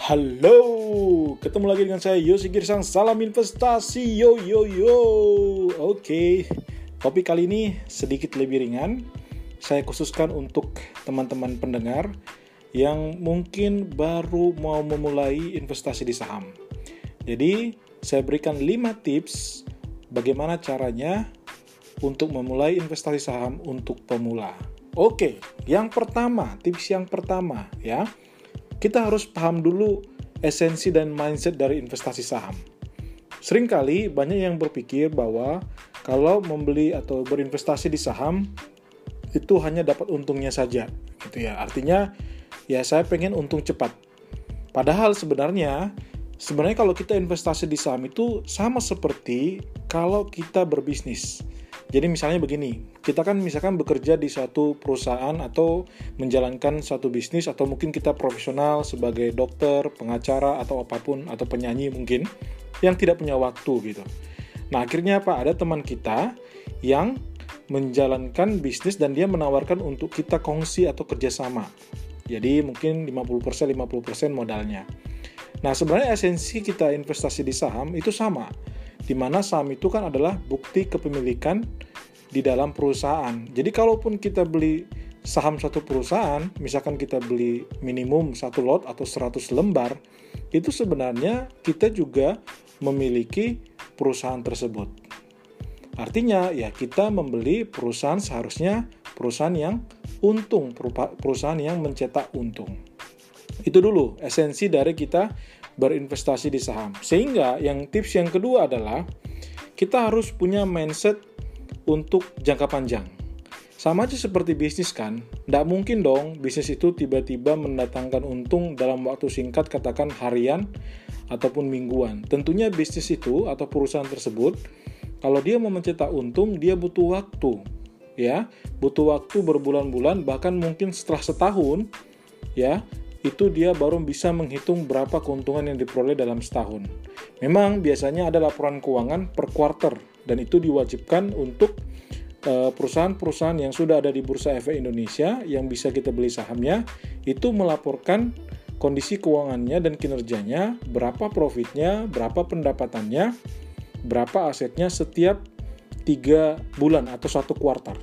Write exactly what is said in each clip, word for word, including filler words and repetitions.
Halo, ketemu lagi dengan saya Yosi Girsang. Salam investasi, yo yo yo. Oke, topik kali ini sedikit lebih ringan. Saya khususkan untuk teman-teman pendengar yang mungkin baru mau memulai investasi di saham. Jadi, saya berikan lima tips bagaimana caranya untuk memulai investasi saham untuk pemula. Oke, yang pertama, tips yang pertama ya. Kita harus paham dulu esensi dan mindset dari investasi saham. Seringkali banyak yang berpikir bahwa kalau membeli atau berinvestasi di saham itu hanya dapat untungnya saja, gitu ya. Artinya, ya saya pengen untung cepat. Padahal sebenarnya, sebenarnya kalau kita investasi di saham itu sama seperti kalau kita berbisnis. Jadi misalnya begini, kita kan misalkan bekerja di suatu perusahaan atau menjalankan satu bisnis, atau mungkin kita profesional sebagai dokter, pengacara, atau apapun, atau penyanyi mungkin, yang tidak punya waktu gitu. Nah akhirnya apa? Ada teman kita yang menjalankan bisnis dan dia menawarkan untuk kita kongsi atau kerjasama. Jadi mungkin lima puluh persen lima puluh persen modalnya. Nah sebenarnya esensi kita investasi di saham itu sama, di mana saham itu kan adalah bukti kepemilikan di dalam perusahaan. Jadi kalaupun kita beli saham satu perusahaan, misalkan kita beli minimum satu lot atau seratus lembar, itu sebenarnya kita juga memiliki perusahaan tersebut. Artinya ya kita membeli perusahaan seharusnya perusahaan yang untung, perusahaan yang mencetak untung. Itu dulu esensi dari kita berinvestasi di saham. Sehingga yang tips yang kedua adalah kita harus punya mindset untuk jangka panjang. Sama aja seperti bisnis kan, tidak mungkin dong bisnis itu tiba-tiba mendatangkan untung dalam waktu singkat, katakan harian ataupun mingguan. Tentunya bisnis itu atau perusahaan tersebut, kalau dia mau mencetak untung, dia butuh waktu, ya, butuh waktu berbulan-bulan, bahkan mungkin setelah setahun, ya, itu dia baru bisa menghitung berapa keuntungan yang diperoleh dalam setahun. Memang biasanya ada laporan keuangan per kuarter, dan itu diwajibkan untuk uh, perusahaan-perusahaan yang sudah ada di Bursa Efek Indonesia yang bisa kita beli sahamnya, itu melaporkan kondisi keuangannya dan kinerjanya, berapa profitnya, berapa pendapatannya, berapa asetnya setiap tiga bulan atau satu kuartal.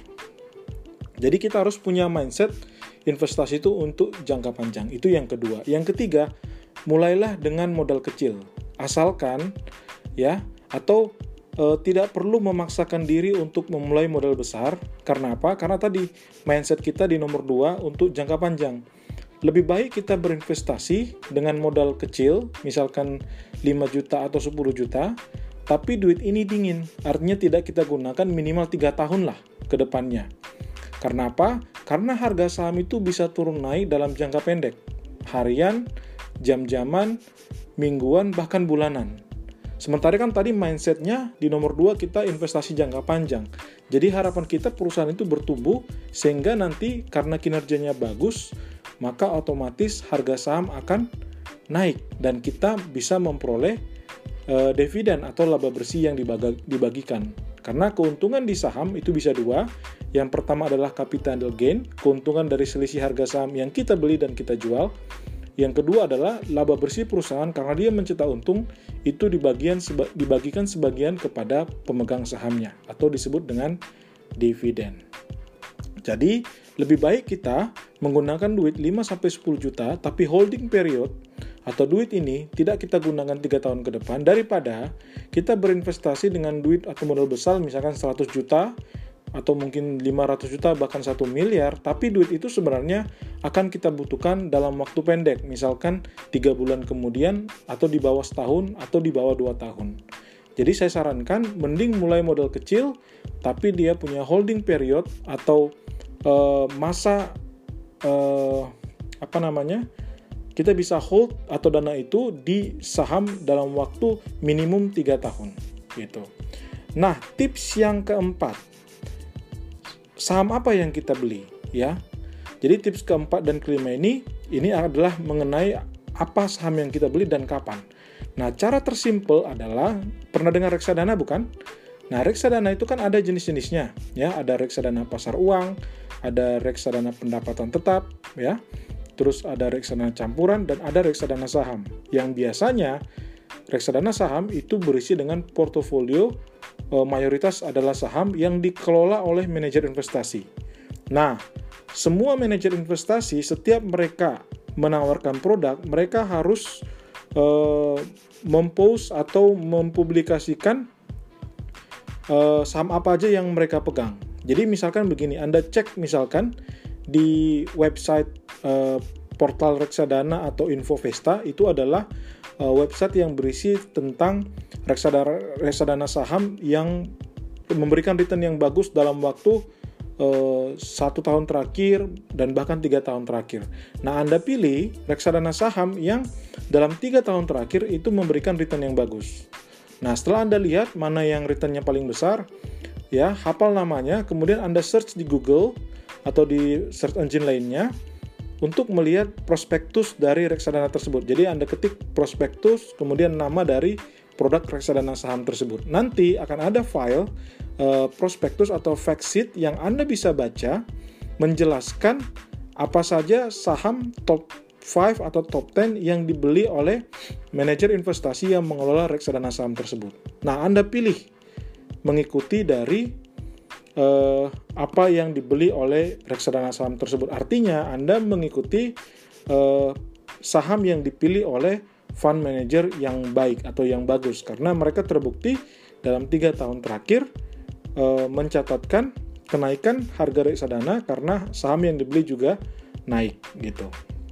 Jadi kita harus punya mindset investasi itu untuk jangka panjang. Itu yang kedua. Yang ketiga, mulailah dengan modal kecil. Asalkan ya, atau e, tidak perlu memaksakan diri untuk memulai modal besar. Karena apa? Karena tadi mindset kita di nomor dua untuk jangka panjang. Lebih baik kita berinvestasi dengan modal kecil, misalkan lima juta atau sepuluh juta, tapi duit ini dingin. Artinya tidak kita gunakan minimal tiga tahun lah ke depannya. Karena apa? Karena harga saham itu bisa turun naik dalam jangka pendek. Harian, jam-jaman, mingguan, bahkan bulanan. Sementara kan tadi mindsetnya di nomor dua kita investasi jangka panjang. Jadi harapan kita perusahaan itu bertumbuh sehingga nanti karena kinerjanya bagus, maka otomatis harga saham akan naik dan kita bisa memperoleh uh, dividen atau laba bersih yang dibagi, dibagikan. Karena keuntungan di saham itu bisa dua. Yang pertama adalah capital gain, keuntungan dari selisih harga saham yang kita beli dan kita jual. Yang kedua adalah laba bersih perusahaan karena dia mencetak untung, itu dibagian, dibagikan sebagian kepada pemegang sahamnya atau disebut dengan dividen. Jadi, lebih baik kita menggunakan duit lima sampai sepuluh juta tapi holding period atau duit ini tidak kita gunakan tiga tahun ke depan daripada kita berinvestasi dengan duit atau modal besar misalkan seratus juta atau mungkin lima ratus juta bahkan satu miliar, tapi duit itu sebenarnya akan kita butuhkan dalam waktu pendek, misalkan tiga bulan kemudian atau di bawah setahun atau di bawah dua tahun. Jadi saya sarankan mending mulai modal kecil tapi dia punya holding period atau uh, masa uh, apa namanya? Kita bisa hold atau dana itu di saham dalam waktu minimum tiga tahun gitu. Nah, tips yang keempat, saham apa yang kita beli ya. Jadi tips keempat dan kelima ini ini adalah mengenai apa saham yang kita beli dan kapan. Nah, cara tersimpel adalah pernah dengar reksadana bukan? Nah, reksadana itu kan ada jenis-jenisnya ya, ada reksadana pasar uang, ada reksadana pendapatan tetap ya. terus ada reksadana campuran, dan ada reksadana saham. Yang biasanya reksadana saham itu berisi dengan portofolio e, mayoritas adalah saham yang dikelola oleh manajer investasi. Nah, semua manajer investasi setiap mereka menawarkan produk, mereka harus e, mempost atau mempublikasikan e, saham apa aja yang mereka pegang. Jadi misalkan begini, Anda cek misalkan di website uh, portal reksadana atau Infovesta, itu adalah uh, website yang berisi tentang reksadana, reksadana saham yang memberikan return yang bagus dalam waktu uh, satu tahun terakhir dan bahkan tiga tahun terakhir. Nah, Anda pilih reksadana saham yang dalam tiga tahun terakhir itu memberikan return yang bagus. Nah, setelah Anda lihat mana yang returnnya paling besar, ya hafal namanya, kemudian Anda search di Google atau di search engine lainnya untuk melihat prospektus dari reksadana tersebut. Jadi Anda ketik prospektus, kemudian nama dari produk reksadana saham tersebut. Nanti akan ada file uh, prospektus atau fact sheet yang Anda bisa baca menjelaskan apa saja saham top lima atau top sepuluh yang dibeli oleh manajer investasi yang mengelola reksadana saham tersebut. Nah, Anda pilih mengikuti dari Uh, apa yang dibeli oleh reksadana saham tersebut. Artinya Anda mengikuti uh, saham yang dipilih oleh fund manager yang baik atau yang bagus, karena mereka terbukti dalam tiga tahun terakhir uh, mencatatkan kenaikan harga reksadana karena saham yang dibeli juga naik gitu.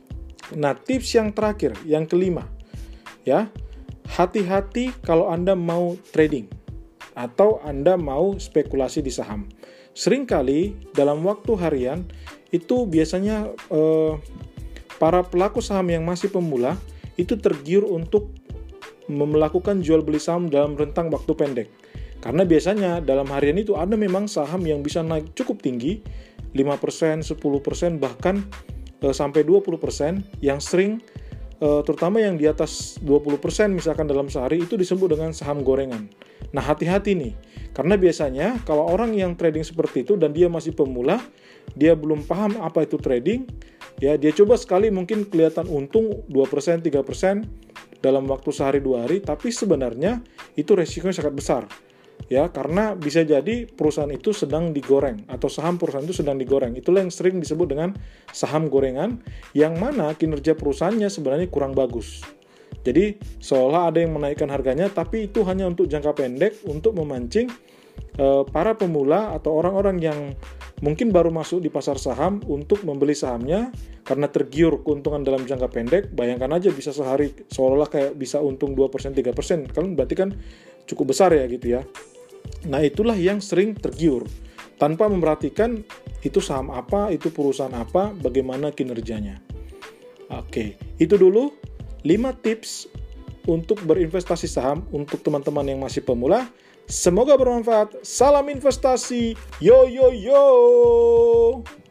Nah, tips yang terakhir, yang kelima, ya, hati-hati kalau Anda mau trading atau Anda mau spekulasi di saham. Seringkali dalam waktu harian itu biasanya eh, para pelaku saham yang masih pemula itu tergiur untuk melakukan jual beli saham dalam rentang waktu pendek. Karena biasanya dalam harian itu ada memang saham yang bisa naik cukup tinggi, lima persen, sepuluh persen, bahkan eh, sampai dua puluh persen, yang sering eh, terutama yang di atas dua puluh persen misalkan dalam sehari itu disebut dengan saham gorengan. Nah, hati-hati nih, karena biasanya kalau orang yang trading seperti itu dan dia masih pemula, dia belum paham apa itu trading, ya dia coba sekali mungkin kelihatan untung dua persen, tiga persen dalam waktu sehari dua hari, tapi sebenarnya itu resikonya sangat besar. Ya, karena bisa jadi perusahaan itu sedang digoreng atau saham perusahaan itu sedang digoreng. Itulah yang sering disebut dengan saham gorengan, yang mana kinerja perusahaannya sebenarnya kurang bagus. Jadi seolah ada yang menaikkan harganya, tapi itu hanya untuk jangka pendek, untuk memancing e, para pemula atau orang-orang yang mungkin baru masuk di pasar saham untuk membeli sahamnya karena tergiur keuntungan dalam jangka pendek. Bayangkan aja bisa sehari seolah-olah kayak bisa untung dua persen, tiga persen. Kan berarti kan cukup besar ya gitu ya. Nah, itulah yang sering tergiur tanpa memperhatikan itu saham apa, itu perusahaan apa, bagaimana kinerjanya. Oke, itu dulu lima tips untuk berinvestasi saham untuk teman-teman yang masih pemula. Semoga bermanfaat. Salam investasi. Yo yo yo.